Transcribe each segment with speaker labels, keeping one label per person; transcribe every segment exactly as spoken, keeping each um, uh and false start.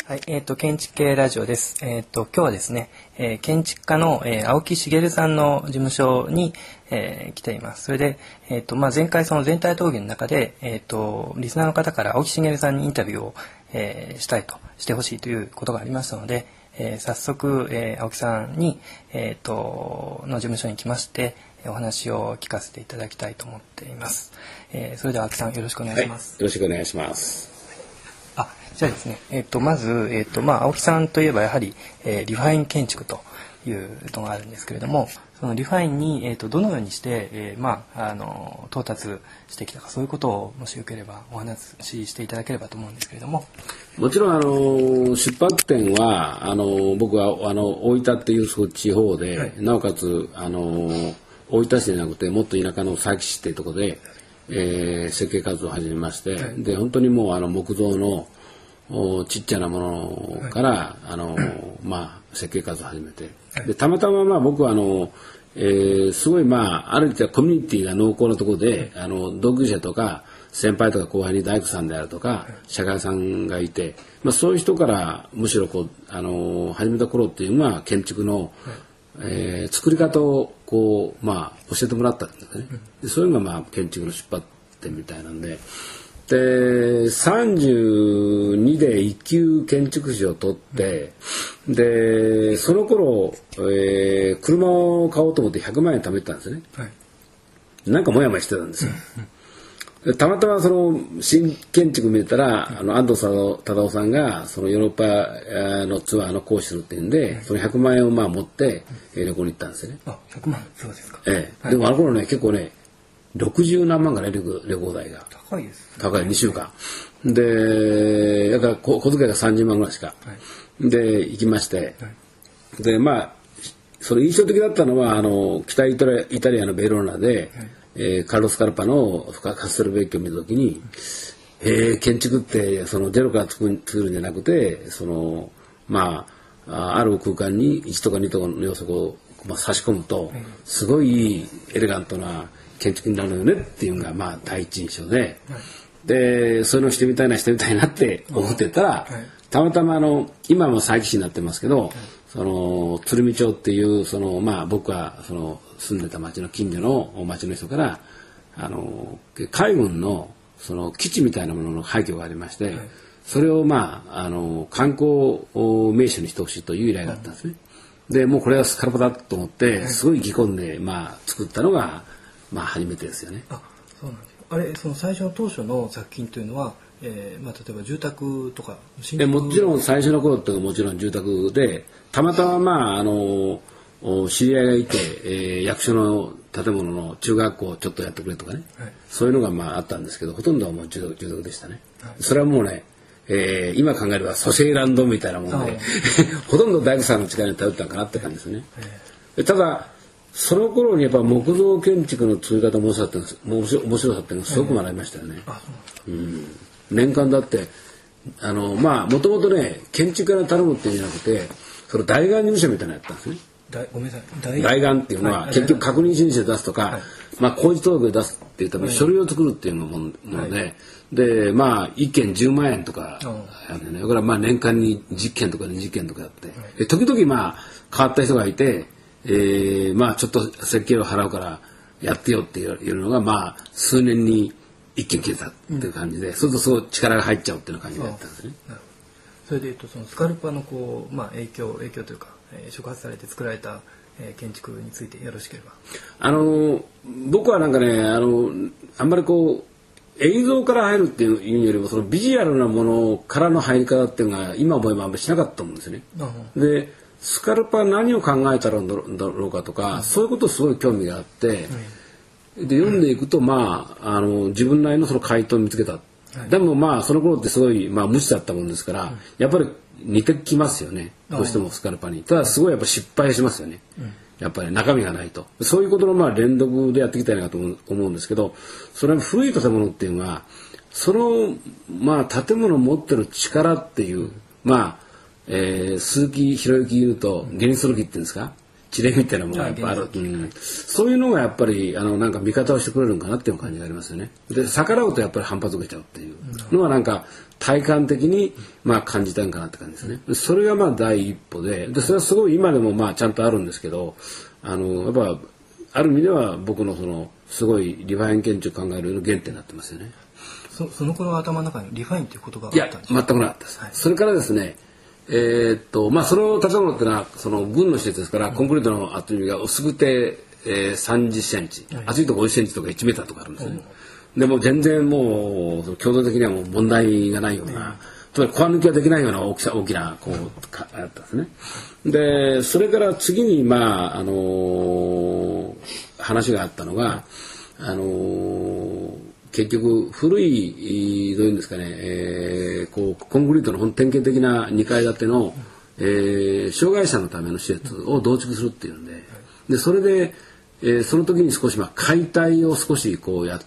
Speaker 1: はい、えっ、ー、と建築系ラジオです。えっ、ー、と今日はですね、えー、建築家の、えー、青木茂さんの事務所に、えー、来ています。それで、えっ、ー、とまあ前回その全体討議の中で、えっ、ー、とリスナーの方から青木茂さんにインタビューを、えー、したいとしてほしいということがありましたので、えー、早速、えー、青木さんにえっ、ー、との事務所に来まして、お話を聞かせていただきたいと思っています。えー、それでは青木さんよろしくお願いします。
Speaker 2: はい、よろしくお願いします。
Speaker 1: あ、じゃあですね、えっと、まず、えっと、まあ、青木さんといえばやはり、えー、リファイン建築というのがあるんですけれども、そのリファインに、えっと、どのようにして、えー、まあ、あの、到達してきたか、そういうことをもしよければお話ししていただければと思うんですけれども。
Speaker 2: もちろん、あの、出発点は、あの、僕は、あの、大分っていう地方で、はい、なおかつ、あの、大分市じゃなくて、もっと田舎の佐伯市っていうところで、えー、設計活動を始めまして、はい、で、本当にもう、あの、木造の、ちっちゃなものから、はい、あのまあ、設計活動を始めて、はい、でたまたままあ僕はあの、えー、すごいまあある程度コミュニティが濃厚なところで、はい、あの同級生とか先輩とか後輩に大工さんであるとか、はい、社会さんがいて、まあ、そういう人からむしろこうあの始めた頃っていうのは建築の、はい、えー、作り方をこう、まあ、教えてもらったんですね。でそういうのがまあ建築の出発点みたいなんで。でさんじゅうにで一級建築士を取って、うん、でその頃、えー、車を買おうと思ってひゃくまんえん貯めてたんですね、はい、なんかモヤモヤしてたんですよ、うん、でたまたまその新建築見てたら、うん、あの安藤忠雄さんがそのヨーロッパのツアーの講師するっていうんで、うん、そのひゃくまんえんをまあ持って、うん、旅行に行ったんですよね。
Speaker 1: あ、ひゃくまん、そうですか、
Speaker 2: ええ、はい、でもあの頃ね結構ねろくじゅうなんまんかね旅行代が
Speaker 1: 高いです、ね、
Speaker 2: 高いにしゅうかんでだから小遣いがさんじゅうまんぐらいしか、はい、で行きまして、はい、でまあそれ印象的だったのはあの北イタリア、イタリアのベローナで、はい、えー、カルロス・カルパのカステルベッキを見た時に、うん、えー、建築ってそのゼロから作る作るんじゃなくてそのまあある空間にいちとかにとかの要素を、まあ、差し込むと、すごいエレガントな建築になるよねっていうのがまあ第一印象で、はい、でそういうのしてみたいなしてみたいなって思ってたら、はい、たまたまあの今も佐伯市になってますけど、はい、その鶴見町っていうそのまあ僕はその住んでた町の近所の町の人からあの海軍のその基地みたいなものの廃墟がありまして、はい、それをまああの観光名所にしてほしいという依頼があったんですね。でもうこれはスカルパだと思ってすごい意気込んでまあ作ったのがまあ初めてですよね。
Speaker 1: あ、そうなんです。あれ、その最初の当初の作品というのは、えーまあ、例えば住宅とか
Speaker 2: 新築もちろん最初の頃っていうのはもちろん住宅でたまたままああの知り合いがいて、えー、役所の建物の中学校をちょっとやってくれとかね、はい、そういうのがまああったんですけどほとんどはもう住宅、住宅でしたね、はい、それはもうね、えー、今考えればソシェーランドみたいなものでほとんど大工さんの力に頼ったのかなって感じですね、はい、ただその頃にやっぱ木造建築の作り方面白さって面白さっていうのがすごく学びましたよね、うん、年間だってあのまあもともとね建築家に頼むっていうんじゃなくてその大願事務所みたいなのやったんですね。
Speaker 1: ごめんなさ
Speaker 2: い、大願っていうのは、はい、結局確認申請出すとか、はい、まあ工事届を出すっていうために書類を作るっていうのもので、はい、でまあいっけんじゅうまんえんとかやるね。だからまあ年間にじゅっけんとかにじゅっけんとかやって、はい、で時々まあ変わった人がいて。えー、まあちょっと設計料払うからやってよっていうのがまあ数年に一件消えたっていう感じで、うん、そうするとそう力が入っちゃうっていう感じでやったんですね。
Speaker 1: それでいうとそのスカルパのこう、まあ、影響影響というか、えー、触発されて作られた、えー、建築についてよろしければ。
Speaker 2: あの僕はなんかねあのあんまりこう映像から入るっていうよりもそのビジュアルなものからの入り方っていうのが今思えばあんまりしなかったと思うんですね。うん、でスカルパは何を考えたらんだろうかとか、うん、そういうことすごい興味があって、うん、で読んでいくと、まあ、あの自分なりのその回答を見つけた、はい、でもまあその頃ってすごい、まあ、無知だったもんですから、うん、やっぱり似てきますよねどうしてもスカルパに。ただすごいやっぱ失敗しますよね、うん、やっぱり中身がないとそういうことのまあ連続でやっていきたいなと思うんですけどそれは古い建物っていうのはその、まあ、建物を持ってる力っていうまあえー、鈴木博之言うと原理その木っていうんですか知恵みたいなものがやっぱある、うん、そういうのがやっぱりあのなんか味方をしてくれるのかなっていう感じがありますよね。で逆らうとやっぱり反発を受けちゃうっていうのはなんか体感的にまあ感じたんかなって感じですね。それがまあ第一歩で、でそれはすごい今でもまあちゃんとあるんですけど、あのやっぱある意味では僕のそのすごいリファイン建築を考える原点になってますよね。
Speaker 1: そ, その頃頭の中にリファインという言葉があったんですか？
Speaker 2: いや全くなかったです、はい、それからですねえー、っとまあその建物ってのはその軍の施設ですから、うん、コンクリートの厚みが薄くて、えー、さんじゅっセンチ、はい、厚いところごじゅっセンチとかいちメーターとかあるんですね、うん、でも全然もうその強度的にはもう問題がないような、うん、つまりコア抜きができないような大きさ大きなこうかあったんですね。でそれから次にまああのー、話があったのがあのー結局古いどういうんですかね、えー、こうコンクリートの典型的なにかい建ての、えー、障害者のための施設を増築するっていうんで、でそれで、えー、その時に少しまあ解体を少しこうやって、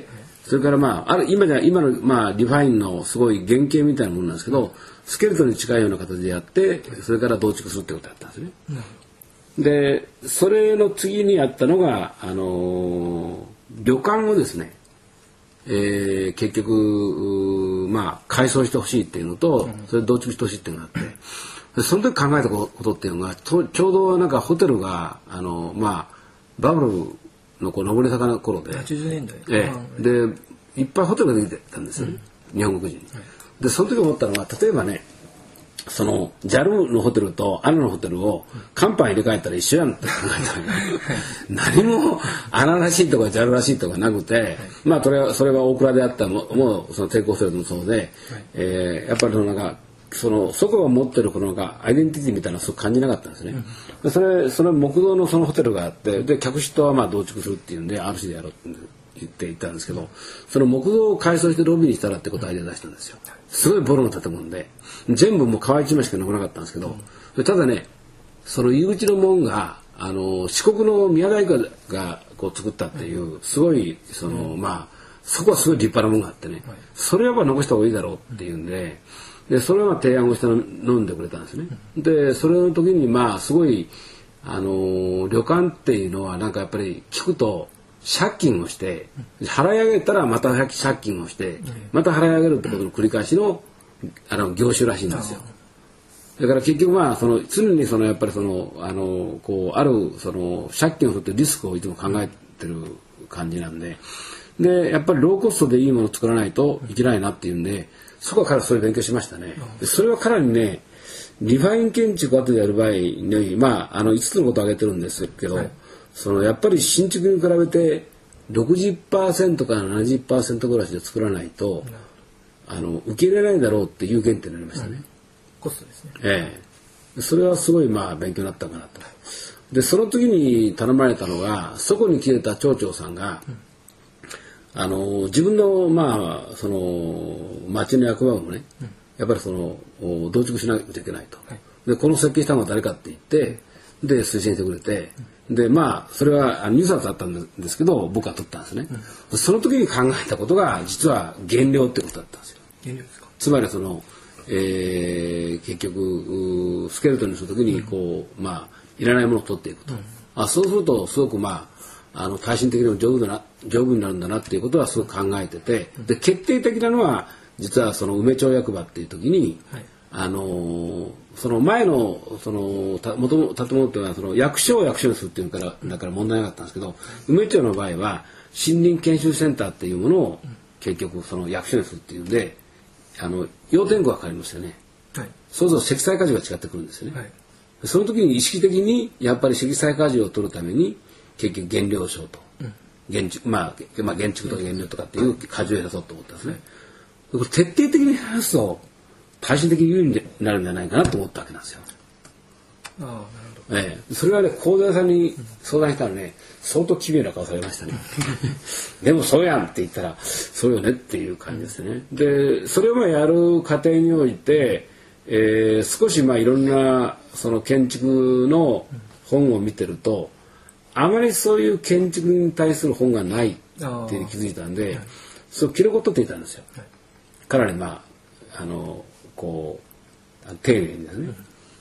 Speaker 2: それからまあある今じゃ今のまあリファインのすごい原型みたいなものなんですけど、スケルトンに近いような形でやって、それから増築するってことをやったんですね。でそれの次にやったのがあのー、旅館をですね。えー、結局まあ改装してほしいっていうのと、それで増築してほしいっていうのがあって、でその時考えたことっていうのがちょうどなんかホテルがあのまあバブルのこう上り坂の頃で
Speaker 1: はちじゅうねんだい、
Speaker 2: ええ、でいっぱいホテルができてたんですよね、うん、日本国人に。でその時思ったのは例えばねその ジャル のホテルとアナのホテルを甲板入れ替えたら一緒やんって考えたら何もアナらしいとか ジャル らしいとかなくて、はい、まあそれはそれは大倉であったももうその帝国ホテルもそうで、はいえー、やっぱりそのなんかそのそこが持ってるこのなんかアイデンティティみたいなのをそう感じなかったんですね、うん、それそれ木造のそのホテルがあってで客室はまあ増築するっていうんで アールシー でやろうって言っていたんですけど、その木造を改装してロビーにしたらってことをアイデア出したんですよ。すごいボロの建物で全部もう川一枚しか残らなかったんですけど、うん、ただねその入り口の門があの四国の宮大工がこう作ったっていうすごいその、うん、まあそこはすごい立派なものがあってね、はい、それはやっぱ残した方がいいだろうっていうんで、でそれは提案をして飲んでくれたんですね。でそれの時にまあすごいあの旅館っていうのはなんかやっぱり聞くと借金をして払い上げたらまた借金をしてまた払い上げるってことの繰り返しのあの業種らしいんですよ。だから結局まあその常にそのやっぱりそのあのこうあるその借金を取ってリスクをいつも考えてる感じなんで、でやっぱりローコストでいいものを作らないといけないなっていうんで、そこは彼はそういう勉強しましたね。でそれはかなりねリファイン建築を後でやる場合にまああのいつつのことを挙げてるんですけど、はい、そのやっぱり新築に比べて ろくじゅっパーセント から ななじゅっパーセント ぐらいで作らないと、うん、あの受け入れられないだろうっていう原点になりましたね、うん、
Speaker 1: コストですね、
Speaker 2: ええ、それはすごいまあ勉強になったかなと。でその時に頼まれたのがそこに来てた町長さんが、うん、あの自分のまあその町の役場もね、うん、やっぱりその増築しなきゃいけないと、はい、でこの設計したのは誰かって言ってで推薦してくれて、うん、でまあそれは入札だったんですけど僕は取ったんですね、うん、その時に考えたことが実は原料ってことだったんですよ。
Speaker 1: 原料ですか？
Speaker 2: つまりその、えー、結局スケルトンにする時にこう、うん、まあいらないものを取っていくと、うん、あそうするとすごくまああの耐震的にも丈夫だな丈夫になるんだなっていうことはすごく考えてて、で決定的なのは実はその梅町役場っていう時に、はい、あのその前のそのた元々建物っていうのはその役所を役所にするっていうからだから問題なかったんですけど、梅町の場合は森林研修センターっていうものを結局その役所にするっていうんで、あの要点区が変わりますよね、はい、そうすると積載荷重が違ってくるんですよね、はい、その時に意識的にやっぱり積載荷重を取るために結局原料賞と、うん、現築まあ、まあ現築とか原料とかっていう荷重を減らそうと思ったんですね、はい、これ徹底的に減らすと耐震的に有利になるんじゃないかなと思ったわけなんですよ。
Speaker 1: ああ、なるほ
Speaker 2: ど。ええ、それはね工材さんに相談したらね相当奇妙な顔されましたねでもそうやんって言ったらそうよねっていう感じですね。でそれをやる過程において、えー、少しまあいろんなその建築の本を見てるとあまりそういう建築に対する本がないって気づいたんで、そう記録を取っていたんですよ。かなりまああのこう丁寧にですね、うん、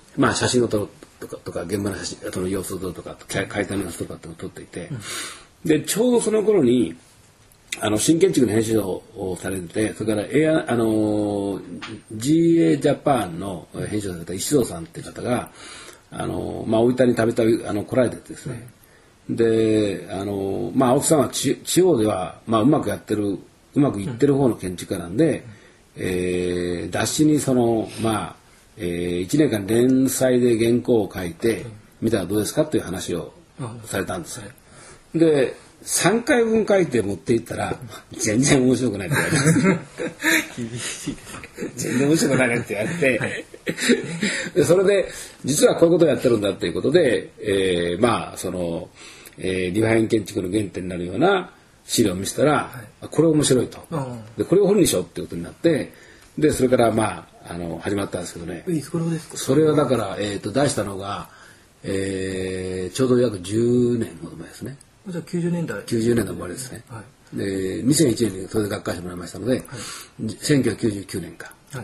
Speaker 2: まあ写真を撮るとかとか現場の写真、その様子を撮るとか解体の様子とかっていうのを撮っていて、うん、でちょうどその頃にあの新建築の編集をされてて、それからエアあの ジーエー ジャパンの編集をされた石堂さんっていう方があの、まあ、大分にたびたびあの来られてですね、うん、であの、まあ、青木さんは地地方では、まあ、うまくやってるうまくいってる方の建築家なんで、うん、えー、雑誌にそのまあ、えー、いちねんかん連載で原稿を書いてみたらどうですかっていう話をされたんですよ。でさんかいぶん書いて持っていったら全然面白くないって言われて厳しい全然面白くないねって言われて、はい、でそれで実はこういうことをやってるんだっていうことで、えー、まあその、えー、リファイン建築の原点になるような資料を見せたら、はい、これ面白いと、でこれを本にしようっていうことになって、でそれからまああの始まったんですけどね。
Speaker 1: いつ頃ですか？
Speaker 2: それはだから、えー、と出したのが、えー、ちょうど約じゅうねんほど前ですね。
Speaker 1: じゃあきゅうじゅうねんだい
Speaker 2: きゅうじゅうねんの終わりですね、はい、でにせんいちねんにそれで学会誌もらいましたので、はい、せんきゅうひゃくきゅうじゅうきゅうねんか、はい、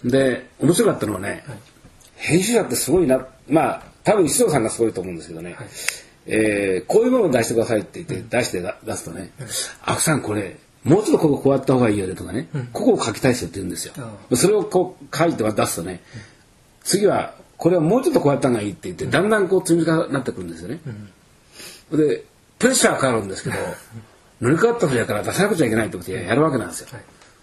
Speaker 2: で面白かったのはね、はい、編集者ってすごいな、まあ多分石堂さんがすごいと思うんですけどね、はい、えー、こういうものを出してくださいって言って出して出すとね、はい、青木さんこれもうちょっとこここうやった方がいいよねとかね、うん、ここを書きたいですよって言うんですよ、うん、それをこう書いて出すとね、うん、次はこれはもうちょっとこうやった方がいいって言って、うん、だんだんこう積み重なってくるんですよね、うん、でプレッシャーかかるんですけど乗り換わった時だから出さなくちゃいけないってことでやるわけなんですよ、はい、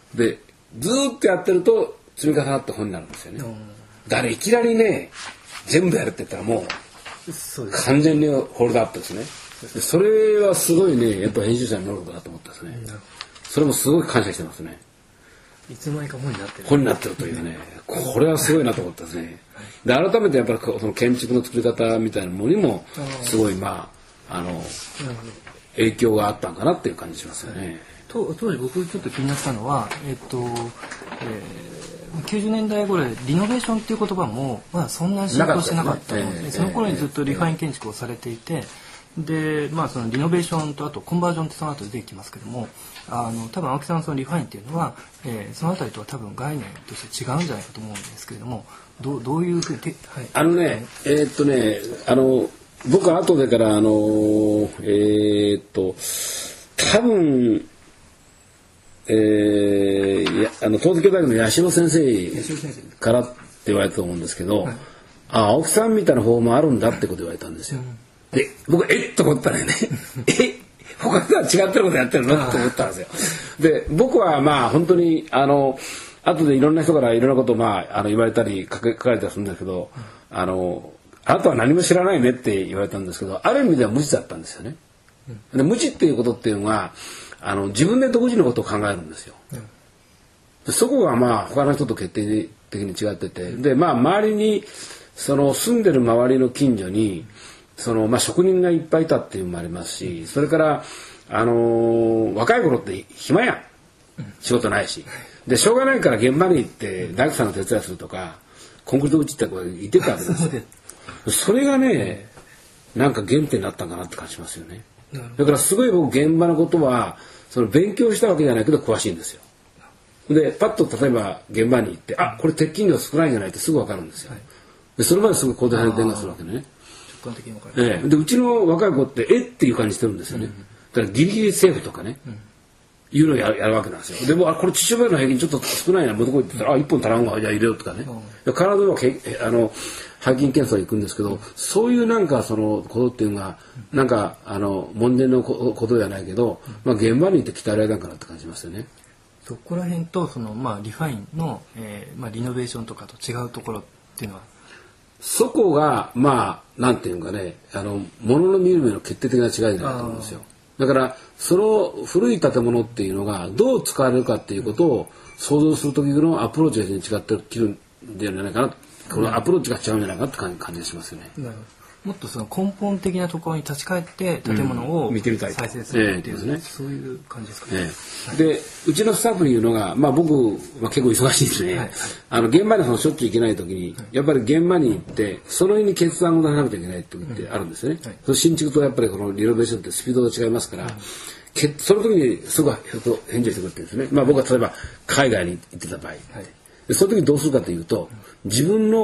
Speaker 2: でずーっとやってると積み重なって本になるんですよね、うん、だからいきなりね全部やるって言ったらもう完全にホールドアップですね。でそれはすごいねやっぱ編集者の能力だと思ったんですね、うん、それもすごい感謝してますね。
Speaker 1: いつの間にか本になってる
Speaker 2: 本になってるというねこれはすごいなと思ったですね。で改めてやっぱりその建築の作り方みたいなものにもすごいまああの影響があったんかなっていう感じしますよね、はい、
Speaker 1: 当時僕ちょっと気になったのは、えっとえー、きゅうじゅうねんだい頃でリノベーションっていう言葉も、まあ、そんなに浸透してなかったので、ね、その頃にずっとリファイン建築をされていて、で、まあ、そのリノベーションとあとコンバージョンってその後で出てきますけども、あの多分青木さんのそのリファインっていうのは、えー、そのあたりとは多分概念として違うんじゃないかと思うんですけれども、どう、どういうふうに、はい、
Speaker 2: あのねえー、っとねあの僕は後でからあのえー、っと多分、えー、やあの東京大学の八代先生からって言われたと思うんですけど、はい、あ青木さんみたいな方もあるんだってこと言われたんですよ、うん、で僕えっと思ったらねえ他とは違ってることやってるのって思ったんですよ。で僕はまあ本当にあの後でいろんな人からいろんなことを、まあ、あの言われたり書かれたりするんですけど、うん、あのあなたは何も知らないねって言われたんですけど、ある意味では無知だったんですよね、うん、で無知っていうことっていうのはあの自分で独自のことを考えるんですよ、うん、でそこがまあ他の人と決定的に違ってて、でまあ周りにその住んでる周りの近所にその、まあ、職人がいっぱいいたっていうのもありますし、それから、あのー、若い頃って暇やん、仕事ないしでしょうがないから現場に行って大工さんの手伝いするとかコンクリート打ちってこう言ってたわけですよそれがねなんか原点になったんかなって感じますよね。だからすごい僕現場のことはその勉強したわけじゃないけど詳しいんですよ。でパッと例えば現場に行ってあこれ鉄筋量少ないんじゃないってすぐ分かるんですよ。でそれまですぐ高度変電がするわけね。
Speaker 1: 直感的に分かる、
Speaker 2: ええ、でうちの若い子ってえっていう感じしてるんですよね、うん、だからギリギリセーフとかね、うん、いうのをやる、やるわけなんですよ。でもあこれ父親の平均ちょっと少ないなもうどこ行って言ったらあ一本足らんわじゃあ入れようとかね、うん、体はけあの背筋検査に行くんですけど、うん、そういうなんかそのことっていうのが、うん、なんかあの門前のことじゃないけど、うんまあ、現場に行って鍛えられたんかなって感じますよね。
Speaker 1: そこら辺とその、まあ、リファインの、えーまあ、リノベーションとかと違うところっていうのは
Speaker 2: そこがまあなんていうかねあの物の見る目の決定的な違いじゃないと思うんですよ。だからその古い建物っていうのがどう使われるかっていうことを想像する時のアプローチが違ってきるんじゃないかな、このアプローチが違うんじゃないかって感じがしますよね。
Speaker 1: なるほど。もっとその根本的なところに立ち返って建物を再生するっていう、うんね、そういう感じですかね。
Speaker 2: ええ、でうちのスタッフに言うのが、まあ、僕は結構忙しいですね、はいはい、あの現場にそのしょっちゅう行けない時に、はい、やっぱり現場に行ってその日に決断を出さなくちゃいけないって言ってあるんですよね、はい、その新築とやっぱりこのリノベーションってスピードが違いますから、はい、けその時にすぐ返事してくるって言うんですね。まあ、僕は例えば海外に行ってた場合、はい、でその時にどうするかというと自分の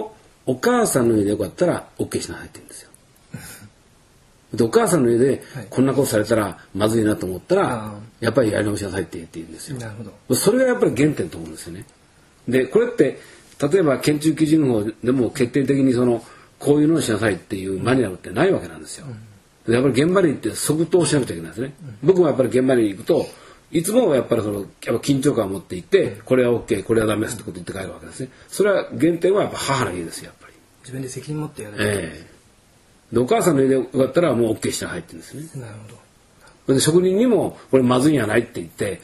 Speaker 2: お母さんの家でよかったら OK しなさいって言うんですよ。でお母さんの家でこんなことされたらまずいなと思ったら、はい、やっぱりやり直しなさいって言って言うんですよ。
Speaker 1: なるほど。
Speaker 2: それがやっぱり原点と思うんですよね。でこれって例えば建築基準法でも決定的にそのこういうのをしなさいっていうマニュアルってないわけなんですよ。うん、やっぱり現場に行って即答しなくちゃいけないですね。うん、僕もやっぱり現場に行くといつもやっぱりそのやっぱ緊張感を持っていってこれは OK これはダメですってこと言って帰るわけですね。それは原点はやっぱ母の家ですよ。やっぱり
Speaker 1: 自分で責任持ってやる。
Speaker 2: ええでお母さんの家でよかったらもう OK して入ってるんですね。
Speaker 1: なるほど。
Speaker 2: で職人にもこれまずいんやないって言って、はい、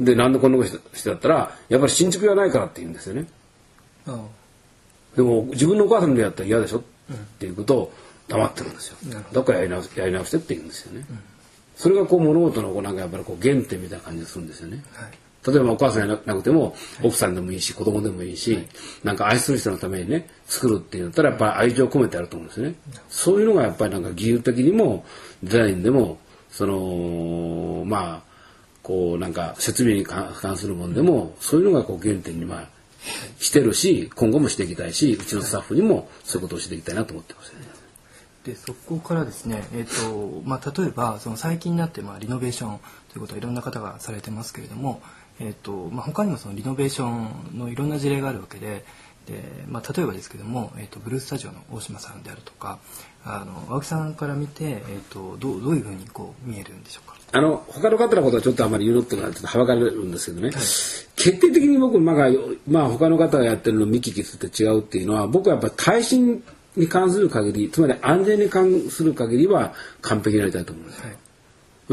Speaker 2: でなんでこんなことしてだったらやっぱり新築がないからって言うんですよね。ああでも自分のお母さんの家だったら嫌でしょ、うん、っていうことを黙ってるんですよ。だからやり直し、やり直してって言うんですよね。うん、それがこう物事のこうなんかやっぱりこう原点みたいな感じがするんですよね。はい、例えばお母さんじゃなくても奥さんでもいいし子供でもいいし、はい、なんか愛する人のためにね作るっていうんだったらやっぱり愛情を込めてやると思うんですよね。そういうのがやっぱりなんか技術的にもデザインでもそのまあこうなんか設備に関するものでもそういうのがこう原点にまあしてるし今後もしていきたいしうちのスタッフにもそういうことをしていきたいなと思ってますよね。
Speaker 1: でそこからですね、えーとまあ、例えばその最近になってまあリノベーションということはいろんな方がされてますけれども、えーとまあ、他にもそのリノベーションのいろんな事例があるわけで、で、まあ、例えばですけども、えーとブルースタジオの大島さんであるとかあの青木さんから見て、えーとどう、どういうふうにこう見えるんでしょうか。
Speaker 2: あの他の方のことはちょっとあまり言うのってのはちょっとはばかれるんですけどね、はい、決定的に僕、まあまあ、他の方がやってるのを見聞きするって違うっていうのは僕はやっぱり耐震に関する限りつまり安全に関する限りは完璧になりたいと思うんですよ。はい、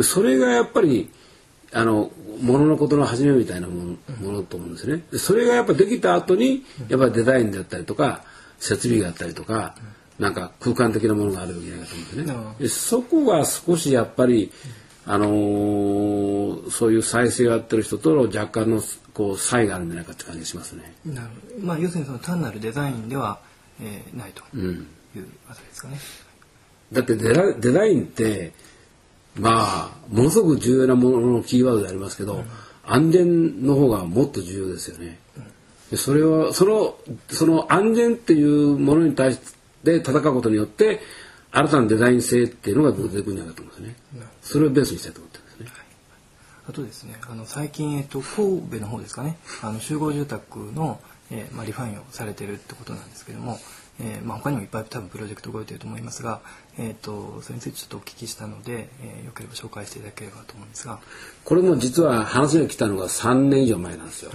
Speaker 2: それがやっぱりあの物のことの始めみたいなもの、うん、ものと思うんですね。それがやっぱできた後にやっぱりデザインであったりとか設備があったりとか、うん、なんか空間的なものがあるわけじゃないかと思うんですね。うん、でそこが少しやっぱり、あのー、そういう再生をやってる人との若干のこう差異があるんじゃないかって感じがしますね。
Speaker 1: なるほど。まあ要するにその単なるデザインでは、えー、ないというあたりですかね。
Speaker 2: うん、だってデザ、デザインってまあものすごく重要なもののキーワードでありますけど、うん、安全の方がもっと重要ですよね。うん、それはそのその安全っていうものに対して戦うことによって新たなデザイン性っていうのが出てくるんじゃないかと思うんですね。うん、それをベースにしたいと思ってるんですね。はい、
Speaker 1: あとですね、あの最近、えっと、神戸の方ですかね、あの集合住宅の、えーまあ、リファインをされてるってことなんですけども、えーまあ、他にもいっぱい多分プロジェクト動いてると思いますが、えー、とそれについてちょっとお聞きしたので、えー、よければ紹介していただければと思うんですが、
Speaker 2: これも実は話が来たのがさんねん以上前なんですよ。はい、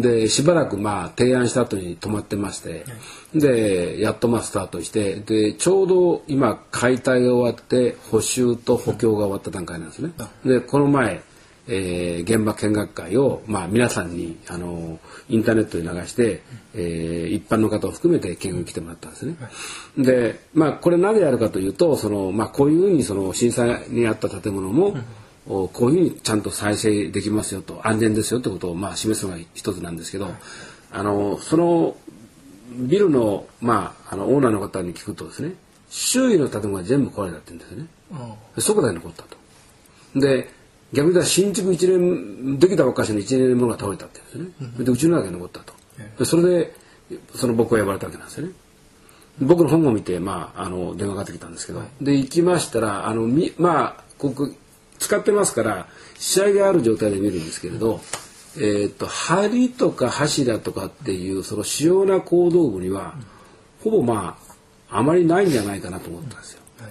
Speaker 2: でしばらくまあ提案した後に止まってまして、はい、でやっとまあスタートしてでちょうど今解体が終わって補修と補強が終わった段階なんですね。うん、でこの前えー、現場見学会を、まあ、皆さんにあのインターネットで流して、えー、一般の方を含めて見学に来てもらったんですね。で、まあ、これなぜやるかというとその、まあ、こういうふうにその震災にあった建物も、うん、こういうふうにちゃんと再生できますよと安全ですよということを、まあ、示すのが一つなんですけど、はい、あのそのビルの、まあ、あのオーナーの方に聞くとですね周囲の建物が全部壊れたって言うんですよね。うん、そこだけ残ったと。で逆に言ったら新築いちねんできたばっかしのいちねんものが倒れたって言うんですよね。うん、でうちの中に残ったと。でそれでその僕が呼ばれたわけなんですよね。僕の本を見て、まあ、あの電話がかかってきたんですけど、はい、で行きましたらあのみまあここ使ってますから試合がある状態で見るんですけれど、うん、えー、と梁とか柱とかっていうその主要な構造部には、うん、ほぼまああまりないんじゃないかなと思ったんですよ。うん、はい、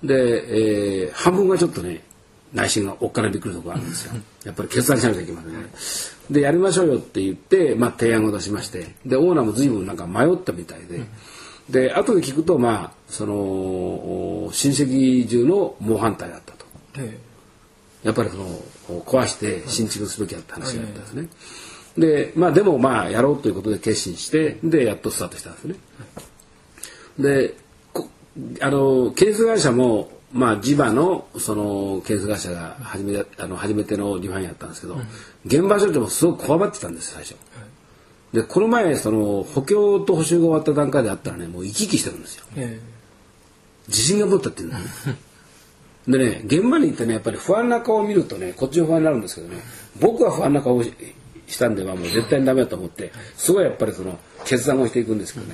Speaker 2: で、えー、半分がちょっとね内心がおっかなびっくりところがあるんですよ。やっぱり決断しなきゃいけませんね。でやりましょうよって言って、まあ、提案を出しましてでオーナーも随分なんか迷ったみたいで、で後で聞くとまあその親戚中の猛反対だったと。やっぱりその壊して新築すべきだった話があったんですね。でまあでもまあやろうということで決心してでやっとスタートしたんですね。であの建設会社もまあ、地場のその建設会社が初めあの初めてのリファインやったんですけど、うん、現場所長もすごくこわばってたんです最初。はい、でこの前その補強と補修が終わった段階であったらねもう生き生きしてるんですよ。自信が持ったっていうんだよ。でね現場に行ってねやっぱり不安な顔を見るとねこっちの不安になるんですけどね僕は不安な顔をしたんではもう絶対にダメだと思ってすごいやっぱりその決断をしていくんですけどね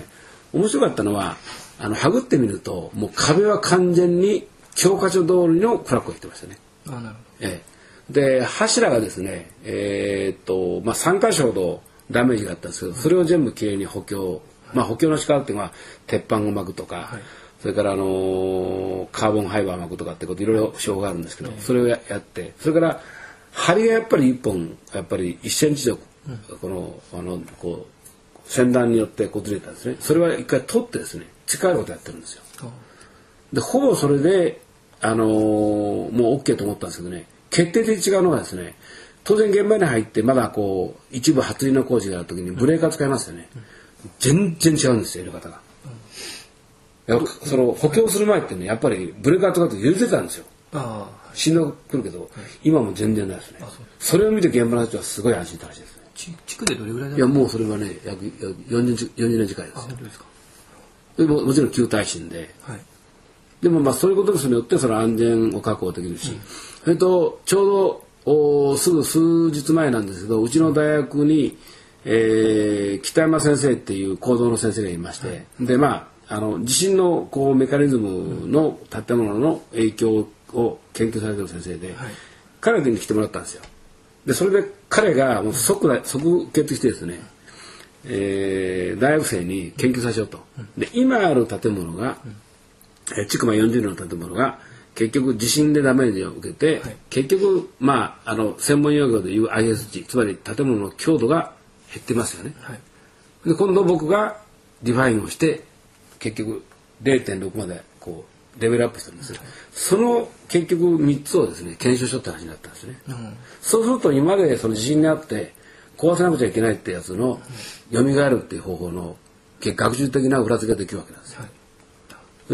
Speaker 2: 面白かったのはあのはぐってみるともう壁は完全に教科書通りのクラックを引いてましたね。
Speaker 1: あ、なるほど。
Speaker 2: ええ、で柱がですね、えーっとまあ、さんかしょほどダメージがあったんですけど、それを全部きれいに補強、まあ、補強の仕方っていうのは鉄板を巻くとか、はい、それから、あのー、カーボンハイバー巻くとかってこといろいろ手法があるんですけど、それを や, やってそれから針がやっぱりいっぽんやっぱりいっセンチ弱、うん、このあのこう先端によってこうずれたんですね。それは一回取ってですね付け替えることやってるんですよ。でほぼそれで、あのー、もう OK と思ったんですけどね、決定的に違うのがですね、当然現場に入ってまだこう一部初入りの工事がある時にブレーカー使いますよね、うん、全然違うんですよ、入れ方が、うん、その補強する前ってねやっぱりブレーカー使うと揺れてたんですよ。あ振動が来るけど、はい、今も全然ないですね。 そ, それを見て現場の人はすごい安心したらしいですね。
Speaker 1: 地区でどれぐらいだ
Speaker 2: いやもうそれはね約よんじゅうねん近いですよ。あ、本当ですか。で も, もちろん旧耐震で、はい、でもまあそういうことによってその安全を確保できるし、うん、それとちょうどおすぐ数日前なんですけど、うちの大学に、えー、北山先生っていう行動の先生がいまして、はい、でまああの地震のこうメカニズムの建物の影響を研究されてる先生で、はい、彼に来てもらったんですよ。でそれで彼がもう即だ即決してですね、えー、大学生に研究させようと。で今ある建物が、えー、築まよんじゅうねんの建物が結局地震でダメージを受けて、はい、結局まああの専門用語でいう アイエス 値、つまり建物の強度が減ってますよね、はい、で今度僕がリファインをして結局 れいてんろく までこうレベルアップしてるんです、はい、その結局みっつをですね検証しようって話になったんですね、うん、そうすると今までその地震にあって壊さなくちゃいけないってやつの蘇るっていう方法の学術的な裏付けができるわけなんですよ、はい、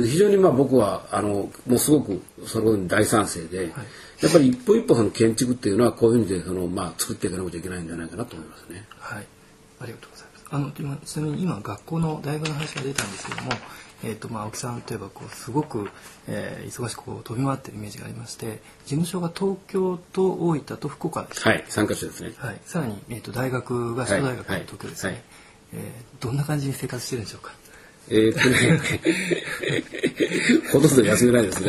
Speaker 2: 非常にまあ僕はあのもうすごくそのことに大賛成で、はい、やっぱり一歩一歩その建築っていうのはこういうふうにでその、まあ、作っていかなくちゃいけないんじゃないかなと思いますね。
Speaker 1: はい、ありがとうございます。あの今ちなみに今学校の大学の話が出たんですけども、えーとまあ、青木さんといえばこうすごく、えー、忙しくこう飛び回っているイメージがありまして、事務所が東京と大分と福岡です、
Speaker 2: はい、さんかしょですね、
Speaker 1: はい、さらに、えーと大学が首都大学の東京ですね、はいはいはい、えー、どんな感じに生活してるんでしょうか。
Speaker 2: えーっとねほとんど休めないですね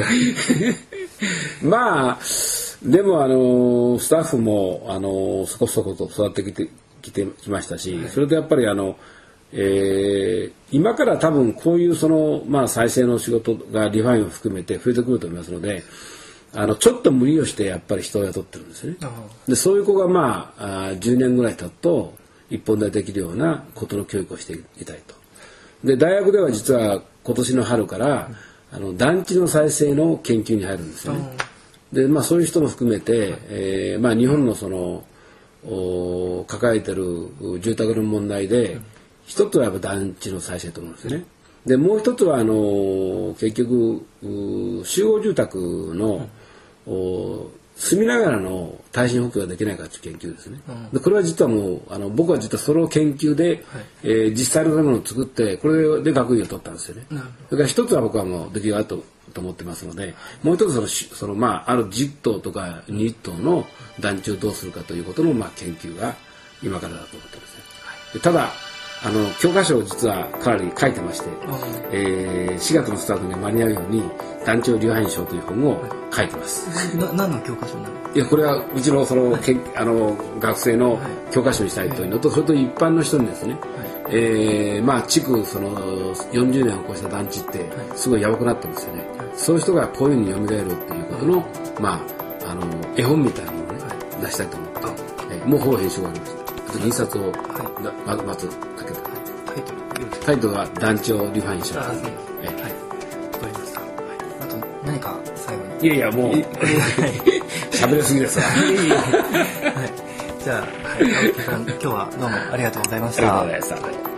Speaker 2: まあでもあのスタッフもあのそこそこと育ってきてきてきましたし、はい、それとやっぱりあの、えー、今から多分こういうその、まあ、再生の仕事がリファインを含めて増えてくると思いますので、あのちょっと無理をしてやっぱり人を雇ってるんですね。でそういう子がまあ、あじゅうねんぐらい経つと一本でできるようなことの教育をしていきたいと。で大学では実は今年の春から、うん、あの団地の再生の研究に入るんですよね。でまあそういう人も含めて、はい、えーまあ、日本のその抱えてる住宅の問題で、うん、一つはやっぱ団地の再生と思うんですよね。でもう一つはあの結局集合住宅の、うん、住みながらの耐震補強ができないかという研究ですね、うん、でこれは実はもうあの僕は実はその研究で、はい、えー、実際のものを作ってこれで学位を取ったんですよね、うん、だから一つは僕はもう出来があるとと思ってますので、もう一つそのその、まあ、あるじゅっ棟とかに棟の団地をどうするかということの、まあ、研究が今からだと思ってますね、はい、でただあの教科書を実はかなり書いてまして、えー、しがつのスタートに間に合うように団地をリファインしようという本を書いてます。
Speaker 1: な何の教科書になる？
Speaker 2: いやこれはうちのその、はい、けあの学生の教科書にしたいというのと、はい、それと一般の人にですね、はい、えー、まあ築そのよんじゅうねんを超えた団地ってすごいやばくなってるんですよね、はい、そういう人がこういうふうに蘇るっていうことの、まあ、あの絵本みたいなのをね、はい、出したいと思って、えー、もうほぼ編集がありました。印刷を、はい、ま, まずかけた
Speaker 1: タイトル
Speaker 2: タイトルは団地をリファインしよう。はい、わか
Speaker 1: りました。はい、あと何か最後に。
Speaker 2: いやいやもう喋りすぎですわ。はい、
Speaker 1: じゃあ、はい、青木さん今日はどうもありがとうございました。
Speaker 2: ありがとうございました。